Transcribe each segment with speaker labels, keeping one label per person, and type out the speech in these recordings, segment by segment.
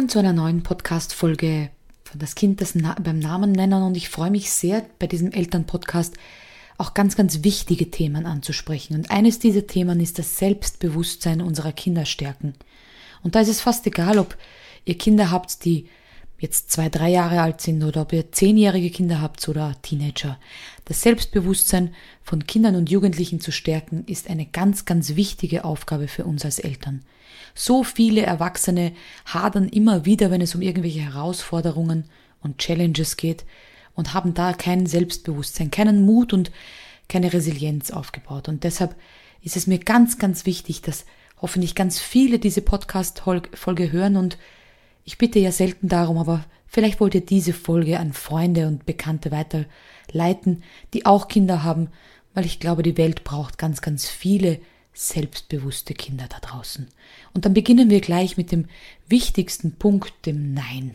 Speaker 1: Willkommen zu einer neuen Podcast-Folge von Das Kind beim Namen nennen, und ich freue mich sehr, bei diesem Elternpodcast auch ganz, ganz wichtige Themen anzusprechen. Und eines dieser Themen ist das Selbstbewusstsein unserer Kinder stärken. Und da ist es fast egal, ob ihr Kinder habt, die jetzt 2, 3 Jahre alt sind, oder ob ihr 10-jährige Kinder habt oder Teenager. Das Selbstbewusstsein von Kindern und Jugendlichen zu stärken, ist eine ganz, ganz wichtige Aufgabe für uns als Eltern. So viele Erwachsene hadern immer wieder, wenn es um irgendwelche Herausforderungen und Challenges geht, und haben da kein Selbstbewusstsein, keinen Mut und keine Resilienz aufgebaut. Und deshalb ist es mir ganz, ganz wichtig, dass hoffentlich ganz viele diese Podcast-Folge hören, und ich bitte ja selten darum, aber vielleicht wollt ihr diese Folge an Freunde und Bekannte weiterleiten, die auch Kinder haben, weil ich glaube, die Welt braucht ganz, ganz viele selbstbewusste Kinder da draußen. Und dann beginnen wir gleich mit dem wichtigsten Punkt, dem Nein.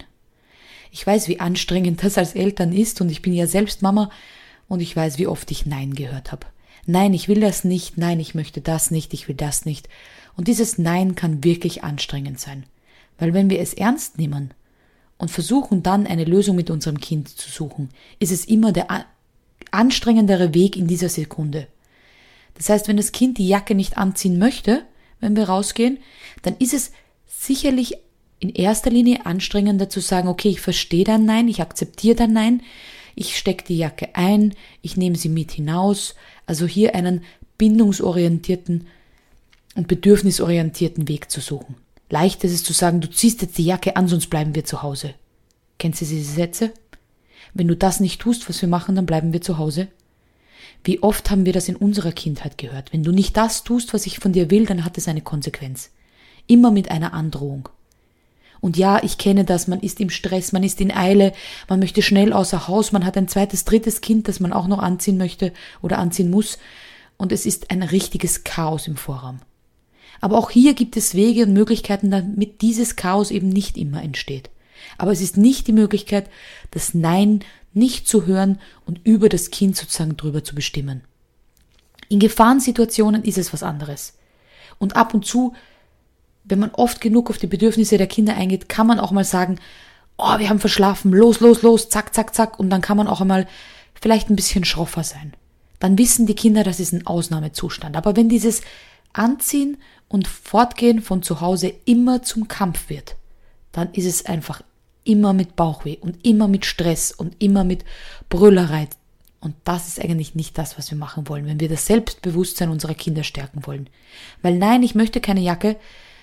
Speaker 1: Ich weiß, wie anstrengend das als Eltern ist, und ich bin ja selbst Mama, und ich weiß, wie oft ich Nein gehört habe. Nein, ich will das nicht, nein, ich möchte das nicht, ich will das nicht. Und dieses Nein kann wirklich anstrengend sein. Weil wenn wir es ernst nehmen und versuchen dann eine Lösung mit unserem Kind zu suchen, ist es immer der anstrengendere Weg in dieser Sekunde. Das heißt, wenn das Kind die Jacke nicht anziehen möchte, wenn wir rausgehen, dann ist es sicherlich in erster Linie anstrengender zu sagen, okay, ich verstehe dein Nein, ich akzeptiere dein Nein, ich stecke die Jacke ein, ich nehme sie mit hinaus, also hier einen bindungsorientierten und bedürfnisorientierten Weg zu suchen. Leicht ist es zu sagen, du ziehst jetzt die Jacke an, sonst bleiben wir zu Hause. Kennst du diese Sätze? Wenn du das nicht tust, was wir machen, dann bleiben wir zu Hause. Wie oft haben wir das in unserer Kindheit gehört? Wenn du nicht das tust, was ich von dir will, dann hat es eine Konsequenz. Immer mit einer Androhung. Und ja, ich kenne das, man ist im Stress, man ist in Eile, man möchte schnell außer Haus, man hat ein zweites, drittes Kind, das man auch noch anziehen möchte oder anziehen muss, und es ist ein richtiges Chaos im Vorraum. Aber auch hier gibt es Wege und Möglichkeiten, damit dieses Chaos eben nicht immer entsteht. Aber es ist nicht die Möglichkeit, das Nein nicht zu hören und über das Kind sozusagen drüber zu bestimmen. In Gefahrensituationen ist es was anderes. Und ab und zu, wenn man oft genug auf die Bedürfnisse der Kinder eingeht, kann man auch mal sagen, oh, wir haben verschlafen, los, zack, zack, zack, und dann kann man auch einmal vielleicht ein bisschen schroffer sein. Dann wissen die Kinder, das ist ein Ausnahmezustand. Aber wenn dieses Anziehen und Fortgehen von zu Hause immer zum Kampf wird, dann ist es einfach immer mit Bauchweh und immer mit Stress und immer mit Brüllerei. Und das ist eigentlich nicht das, was wir machen wollen, wenn wir das Selbstbewusstsein unserer Kinder stärken wollen. Weil nein, ich möchte keine Jacke,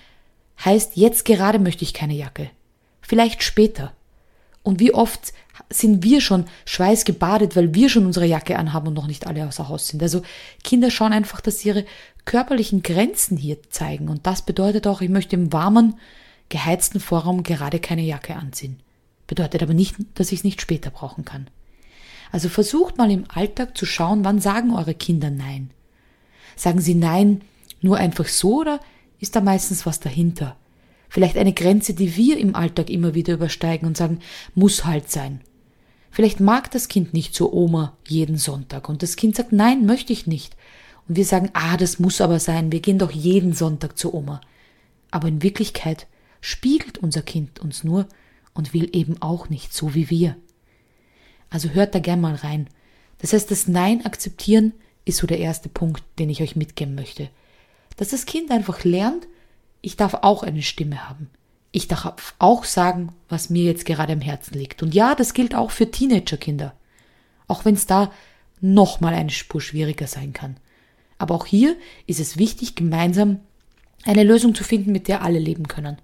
Speaker 1: heißt jetzt gerade möchte ich keine Jacke. Vielleicht später. Und wie oft sind wir schon schweißgebadet, weil wir schon unsere Jacke anhaben und noch nicht alle außer Haus sind. Also Kinder schauen einfach, dass sie ihre körperlichen Grenzen hier zeigen. Und das bedeutet auch, ich möchte im warmen, geheizten Vorraum gerade keine Jacke anziehen. Bedeutet aber nicht, dass ich es nicht später brauchen kann. Also versucht mal im Alltag zu schauen, wann sagen eure Kinder Nein. Sagen sie Nein nur einfach so, oder ist da meistens was dahinter? Vielleicht eine Grenze, die wir im Alltag immer wieder übersteigen und sagen, muss halt sein. Vielleicht mag das Kind nicht zur Oma jeden Sonntag, und das Kind sagt, nein, möchte ich nicht. Und wir sagen, das muss aber sein, wir gehen doch jeden Sonntag zur Oma. Aber in Wirklichkeit spiegelt unser Kind uns nur und will eben auch nicht so wie wir. Also hört da gern mal rein. Das heißt, das Nein akzeptieren ist so der erste Punkt, den ich euch mitgeben möchte. Dass das Kind einfach lernt, ich darf auch eine Stimme haben. Ich darf auch sagen, was mir jetzt gerade am Herzen liegt. Und ja, das gilt auch für Teenagerkinder. Auch wenn es da nochmal eine Spur schwieriger sein kann. Aber auch hier ist es wichtig, gemeinsam eine Lösung zu finden, mit der alle leben können.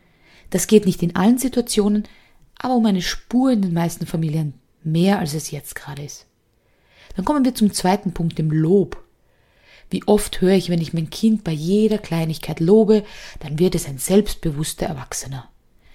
Speaker 1: Das geht nicht in allen Situationen, aber um eine Spur in den meisten Familien mehr, als es jetzt gerade ist. Dann kommen wir zum zweiten Punkt, dem Lob. Wie oft höre ich, wenn ich mein Kind bei jeder Kleinigkeit lobe, dann wird es ein selbstbewusster Erwachsener.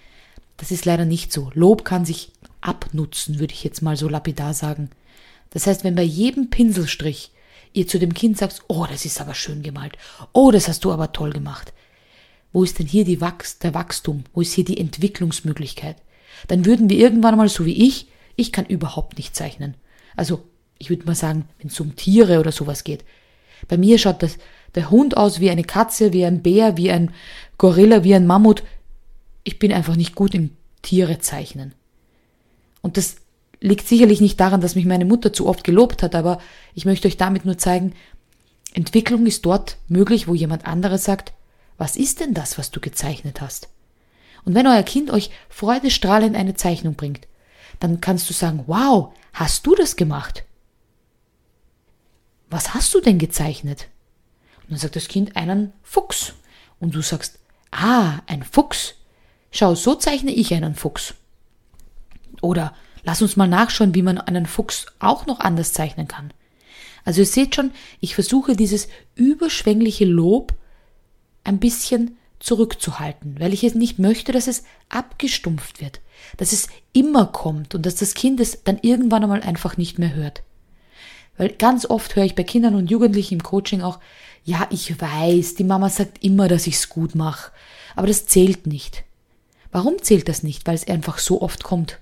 Speaker 1: Das ist leider nicht so. Lob kann sich abnutzen, würde ich jetzt mal so lapidar sagen. Das heißt, wenn bei jedem Pinselstrich ihr zu dem Kind sagt, oh, das ist aber schön gemalt, oh, das hast du aber toll gemacht. Wo ist denn hier der Wachstum? Wo ist hier die Entwicklungsmöglichkeit? Dann würden wir irgendwann mal, so wie ich kann überhaupt nicht zeichnen. Also, ich würde mal sagen, wenn es um Tiere oder sowas geht. Bei mir schaut der Hund aus wie eine Katze, wie ein Bär, wie ein Gorilla, wie ein Mammut. ich bin einfach nicht gut im Tiere zeichnen. Und das liegt sicherlich nicht daran, dass mich meine Mutter zu oft gelobt hat, aber ich möchte euch damit nur zeigen, Entwicklung ist dort möglich, wo jemand anderes sagt, was ist denn das, was du gezeichnet hast? Und wenn euer Kind euch freudestrahlend eine Zeichnung bringt, dann kannst du sagen, wow, hast du das gemacht? Was hast du denn gezeichnet? Und dann sagt das Kind einen Fuchs. Und du sagst, ein Fuchs. Schau, so zeichne ich einen Fuchs. Oder lass uns mal nachschauen, wie man einen Fuchs auch noch anders zeichnen kann. Also ihr seht schon, ich versuche dieses überschwängliche Lob ein bisschen zurückzuhalten, weil ich es nicht möchte, dass es abgestumpft wird, dass es immer kommt und dass das Kind es dann irgendwann einmal einfach nicht mehr hört. Weil ganz oft höre ich bei Kindern und Jugendlichen im Coaching auch, ja, ich weiß, die Mama sagt immer, dass ich es gut mache, aber das zählt nicht. Warum zählt das nicht? Weil es einfach so oft kommt.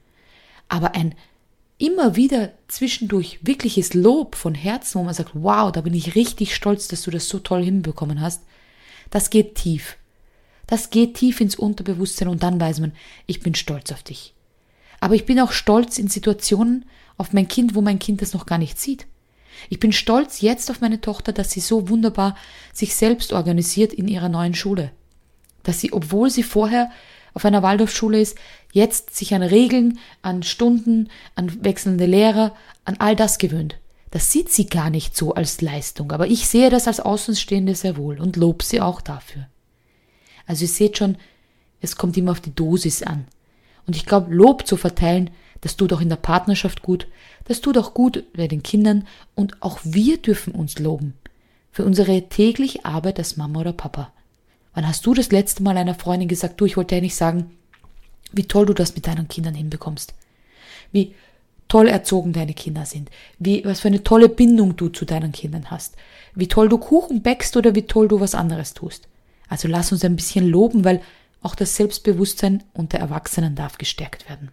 Speaker 1: Aber ein immer wieder zwischendurch wirkliches Lob von Herzen, wo man sagt, wow, da bin ich richtig stolz, dass du das so toll hinbekommen hast, das geht tief. Das geht tief ins Unterbewusstsein und dann weiß man, ich bin stolz auf dich. Aber ich bin auch stolz in Situationen auf mein Kind, wo mein Kind das noch gar nicht sieht. Ich bin stolz jetzt auf meine Tochter, dass sie so wunderbar sich selbst organisiert in ihrer neuen Schule. Dass sie, obwohl sie vorher auf einer Waldorfschule ist, jetzt sich an Regeln, an Stunden, an wechselnde Lehrer, an all das gewöhnt. Das sieht sie gar nicht so als Leistung, aber ich sehe das als Außenstehende sehr wohl und lobe sie auch dafür. Also ihr seht schon, es kommt immer auf die Dosis an. Und ich glaube, Lob zu verteilen, das tut auch in der Partnerschaft gut, das tut auch gut bei den Kindern und auch wir dürfen uns loben. Für unsere tägliche Arbeit als Mama oder Papa. Wann hast du das letzte Mal einer Freundin gesagt, du, ich wollte dir nicht sagen, wie toll du das mit deinen Kindern hinbekommst. Wie toll erzogen deine Kinder sind. Was für eine tolle Bindung du zu deinen Kindern hast. Wie toll du Kuchen bäckst oder wie toll du was anderes tust. Also lass uns ein bisschen loben, weil auch das Selbstbewusstsein unter Erwachsenen darf gestärkt werden.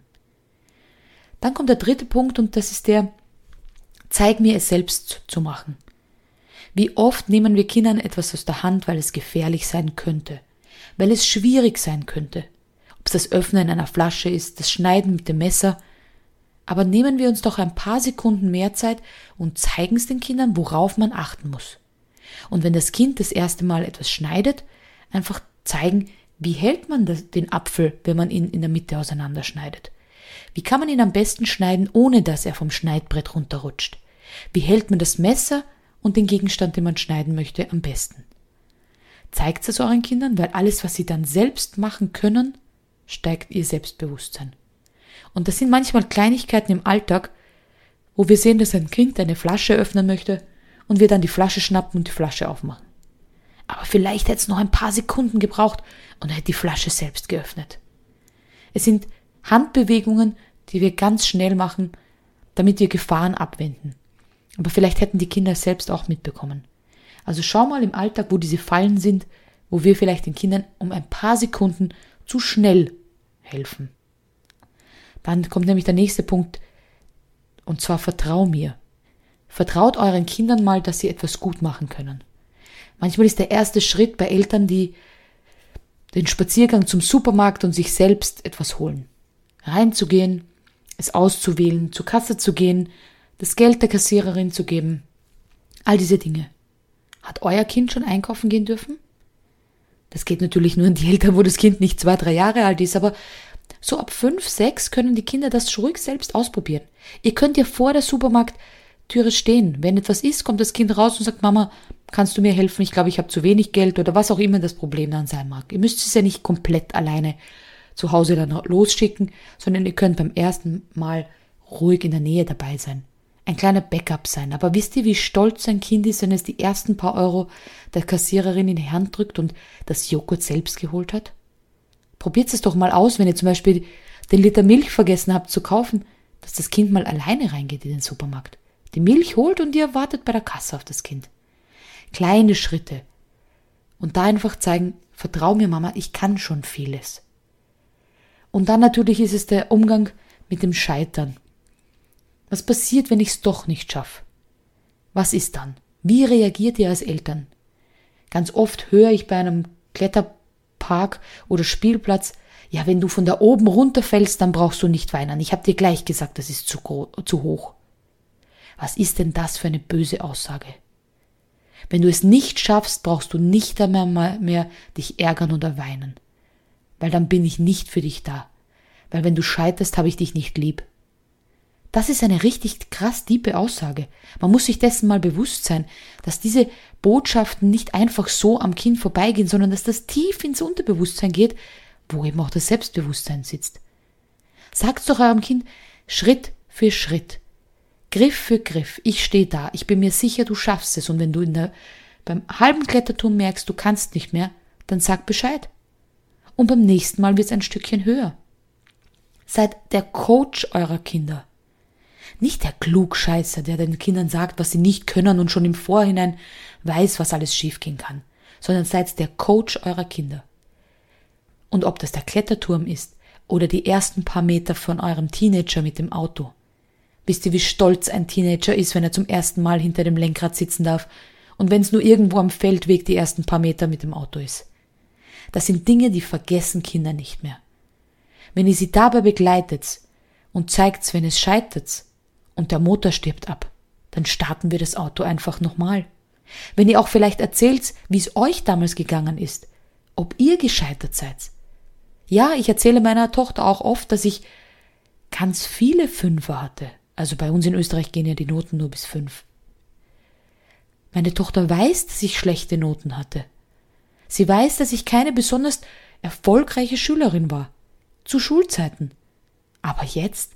Speaker 1: Dann kommt der dritte Punkt und das ist der, zeig mir es selbst zu machen. Wie oft nehmen wir Kindern etwas aus der Hand, weil es gefährlich sein könnte, weil es schwierig sein könnte. Ob es das Öffnen einer Flasche ist, das Schneiden mit dem Messer. Aber nehmen wir uns doch ein paar Sekunden mehr Zeit und zeigen es den Kindern, worauf man achten muss. Und wenn das Kind das erste Mal etwas schneidet, einfach zeigen, wie hält man den Apfel, wenn man ihn in der Mitte auseinanderschneidet. Wie kann man ihn am besten schneiden, ohne dass er vom Schneidbrett runterrutscht? Wie hält man das Messer und den Gegenstand, den man schneiden möchte, am besten? Zeigt es euren Kindern, weil alles, was sie dann selbst machen können, steigt ihr Selbstbewusstsein. Und das sind manchmal Kleinigkeiten im Alltag, wo wir sehen, dass ein Kind eine Flasche öffnen möchte und wir dann die Flasche schnappen und die Flasche aufmachen. Aber vielleicht hätte es noch ein paar Sekunden gebraucht und er hätte die Flasche selbst geöffnet. Es sind Handbewegungen, die wir ganz schnell machen, damit wir Gefahren abwenden. Aber vielleicht hätten die Kinder es selbst auch mitbekommen. Also schau mal im Alltag, wo diese Fallen sind, wo wir vielleicht den Kindern um ein paar Sekunden zu schnell helfen. Dann kommt nämlich der nächste Punkt, und zwar vertrau mir. Vertraut euren Kindern mal, dass sie etwas gut machen können. Manchmal ist der erste Schritt bei Eltern, die den Spaziergang zum Supermarkt und sich selbst etwas holen. Reinzugehen, es auszuwählen, zur Kasse zu gehen, das Geld der Kassiererin zu geben. All diese Dinge. Hat euer Kind schon einkaufen gehen dürfen? Das geht natürlich nur an die Eltern, wo das Kind nicht 2, 3 Jahre alt ist, aber so ab 5, 6 können die Kinder das ruhig selbst ausprobieren. Ihr könnt ja vor der Supermarkttüre stehen. Wenn etwas ist, kommt das Kind raus und sagt, Mama, kannst du mir helfen? Ich glaube, ich habe zu wenig Geld oder was auch immer das Problem dann sein mag. Ihr müsst es ja nicht komplett alleine zu Hause dann losschicken, sondern ihr könnt beim ersten Mal ruhig in der Nähe dabei sein. Ein kleiner Backup sein. Aber wisst ihr, wie stolz ein Kind ist, wenn es die ersten paar Euro der Kassiererin in die Hand drückt und das Joghurt selbst geholt hat? Probiert es doch mal aus, wenn ihr zum Beispiel den Liter Milch vergessen habt zu kaufen, dass das Kind mal alleine reingeht in den Supermarkt. Die Milch holt und ihr wartet bei der Kasse auf das Kind. Kleine Schritte. Und da einfach zeigen, vertrau mir Mama, ich kann schon vieles. Und dann natürlich ist es der Umgang mit dem Scheitern. Was passiert, wenn ich es doch nicht schaffe? Was ist dann? Wie reagiert ihr als Eltern? Ganz oft höre ich bei einem Kletterpark Park oder Spielplatz, ja, wenn du von da oben runterfällst, dann brauchst du nicht weinen. Ich habe dir gleich gesagt, das ist zu hoch. Was ist denn das für eine böse Aussage? Wenn du es nicht schaffst, brauchst du nicht einmal mehr dich ärgern oder weinen. Weil dann bin ich nicht für dich da. Weil wenn du scheiterst, habe ich dich nicht lieb. Das ist eine richtig krass tiefe Aussage. Man muss sich dessen mal bewusst sein, dass diese Botschaften nicht einfach so am Kind vorbeigehen, sondern dass das tief ins Unterbewusstsein geht, wo eben auch das Selbstbewusstsein sitzt. Sagt's doch eurem Kind Schritt für Schritt, Griff für Griff. Ich stehe da, ich bin mir sicher, du schaffst es. Und wenn du beim halben Kletterturm merkst, du kannst nicht mehr, dann sag Bescheid. Und beim nächsten Mal wird's ein Stückchen höher. Seid der Coach eurer Kinder. Nicht der Klugscheißer, der den Kindern sagt, was sie nicht können und schon im Vorhinein weiß, was alles schiefgehen kann, sondern seid der Coach eurer Kinder. Und ob das der Kletterturm ist oder die ersten paar Meter von eurem Teenager mit dem Auto. Wisst ihr, wie stolz ein Teenager ist, wenn er zum ersten Mal hinter dem Lenkrad sitzen darf und wenn es nur irgendwo am Feldweg die ersten paar Meter mit dem Auto ist. Das sind Dinge, die vergessen Kinder nicht mehr. Wenn ihr sie dabei begleitet und zeigt, wenn es scheitert und der Motor stirbt ab, dann starten wir das Auto einfach nochmal. Wenn ihr auch vielleicht erzählt, wie es euch damals gegangen ist, ob ihr gescheitert seid. Ja, ich erzähle meiner Tochter auch oft, dass ich ganz viele Fünfer hatte. Also bei uns in Österreich gehen ja die Noten nur bis 5. Meine Tochter weiß, dass ich schlechte Noten hatte. Sie weiß, dass ich keine besonders erfolgreiche Schülerin war. Zu Schulzeiten. Aber jetzt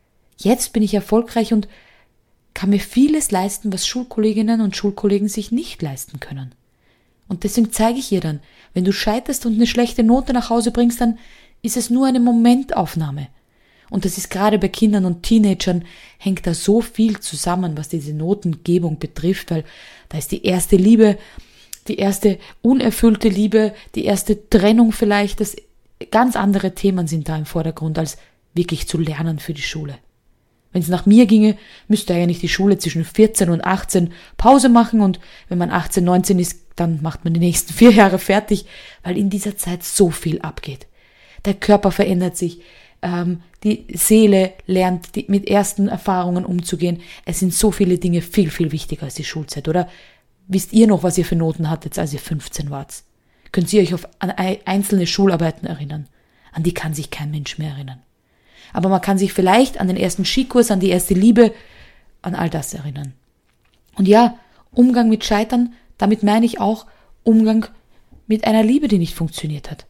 Speaker 1: bin ich erfolgreich und kann mir vieles leisten, was Schulkolleginnen und Schulkollegen sich nicht leisten können. Und deswegen zeige ich ihr dann, wenn du scheiterst und eine schlechte Note nach Hause bringst, dann ist es nur eine Momentaufnahme. Und das ist gerade bei Kindern und Teenagern, hängt da so viel zusammen, was diese Notengebung betrifft, weil da ist die erste Liebe, die erste unerfüllte Liebe, die erste Trennung vielleicht, das ganz andere Themen sind da im Vordergrund, als wirklich zu lernen für die Schule. Wenn es nach mir ginge, müsste eigentlich die Schule zwischen 14 und 18 Pause machen und wenn man 18, 19 ist, dann macht man die nächsten 4 Jahre fertig, weil in dieser Zeit so viel abgeht. Der Körper verändert sich, die Seele lernt mit ersten Erfahrungen umzugehen. Es sind so viele Dinge viel, viel wichtiger als die Schulzeit, oder? Wisst ihr noch, was ihr für Noten hattet, als ihr 15 wart? Könnt ihr euch an einzelne Schularbeiten erinnern? An die kann sich kein Mensch mehr erinnern. Aber man kann sich vielleicht an den ersten Skikurs, an die erste Liebe, an all das erinnern. Und ja, Umgang mit Scheitern, damit meine ich auch Umgang mit einer Liebe, die nicht funktioniert hat.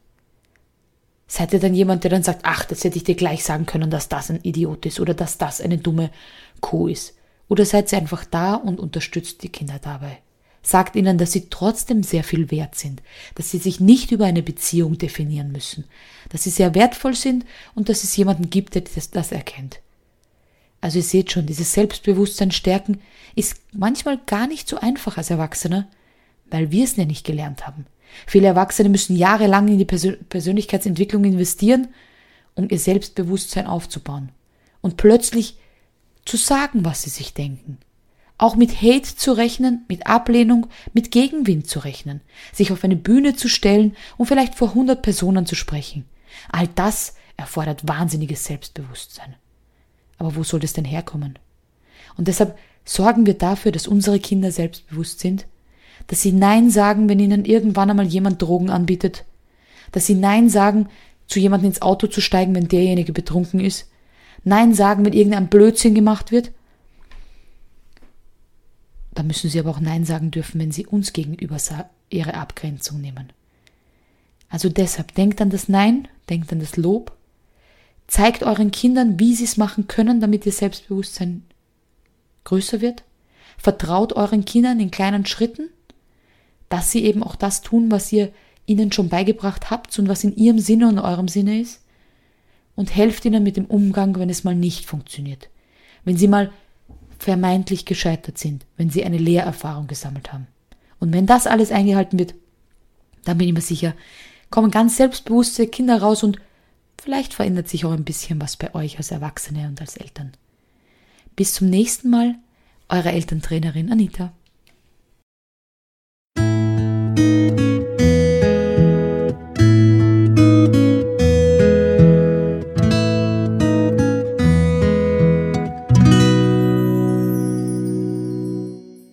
Speaker 1: Seid ihr dann jemand, der dann sagt, ach, das hätte ich dir gleich sagen können, dass das ein Idiot ist oder dass das eine dumme Kuh ist? Oder seid ihr einfach da und unterstützt die Kinder dabei? Sagt ihnen, dass sie trotzdem sehr viel wert sind, dass sie sich nicht über eine Beziehung definieren müssen, dass sie sehr wertvoll sind und dass es jemanden gibt, der das erkennt. Also ihr seht schon, dieses Selbstbewusstsein stärken ist manchmal gar nicht so einfach als Erwachsener, weil wir es ja nicht gelernt haben. Viele Erwachsene müssen jahrelang in die Persönlichkeitsentwicklung investieren, um ihr Selbstbewusstsein aufzubauen und plötzlich zu sagen, was sie sich denken. Auch mit Hate zu rechnen, mit Ablehnung, mit Gegenwind zu rechnen, sich auf eine Bühne zu stellen und vielleicht vor 100 Personen zu sprechen. All das erfordert wahnsinniges Selbstbewusstsein. Aber wo soll das denn herkommen? Und deshalb sorgen wir dafür, dass unsere Kinder selbstbewusst sind, dass sie Nein sagen, wenn ihnen irgendwann einmal jemand Drogen anbietet, dass sie Nein sagen, zu jemandem ins Auto zu steigen, wenn derjenige betrunken ist, Nein sagen, wenn irgendein Blödsinn gemacht wird. Da müssen sie aber auch Nein sagen dürfen, wenn sie uns gegenüber ihre Abgrenzung nehmen. Also deshalb, denkt an das Nein, denkt an das Lob, zeigt euren Kindern, wie sie es machen können, damit ihr Selbstbewusstsein größer wird, vertraut euren Kindern in kleinen Schritten, dass sie eben auch das tun, was ihr ihnen schon beigebracht habt und was in ihrem Sinne und eurem Sinne ist, und helft ihnen mit dem Umgang, wenn es mal nicht funktioniert, wenn sie mal vermeintlich gescheitert sind, wenn sie eine Lehrerfahrung gesammelt haben. Und wenn das alles eingehalten wird, dann bin ich mir sicher, kommen ganz selbstbewusste Kinder raus und vielleicht verändert sich auch ein bisschen was bei euch als Erwachsene und als Eltern. Bis zum nächsten Mal, eure Elterntrainerin Anita.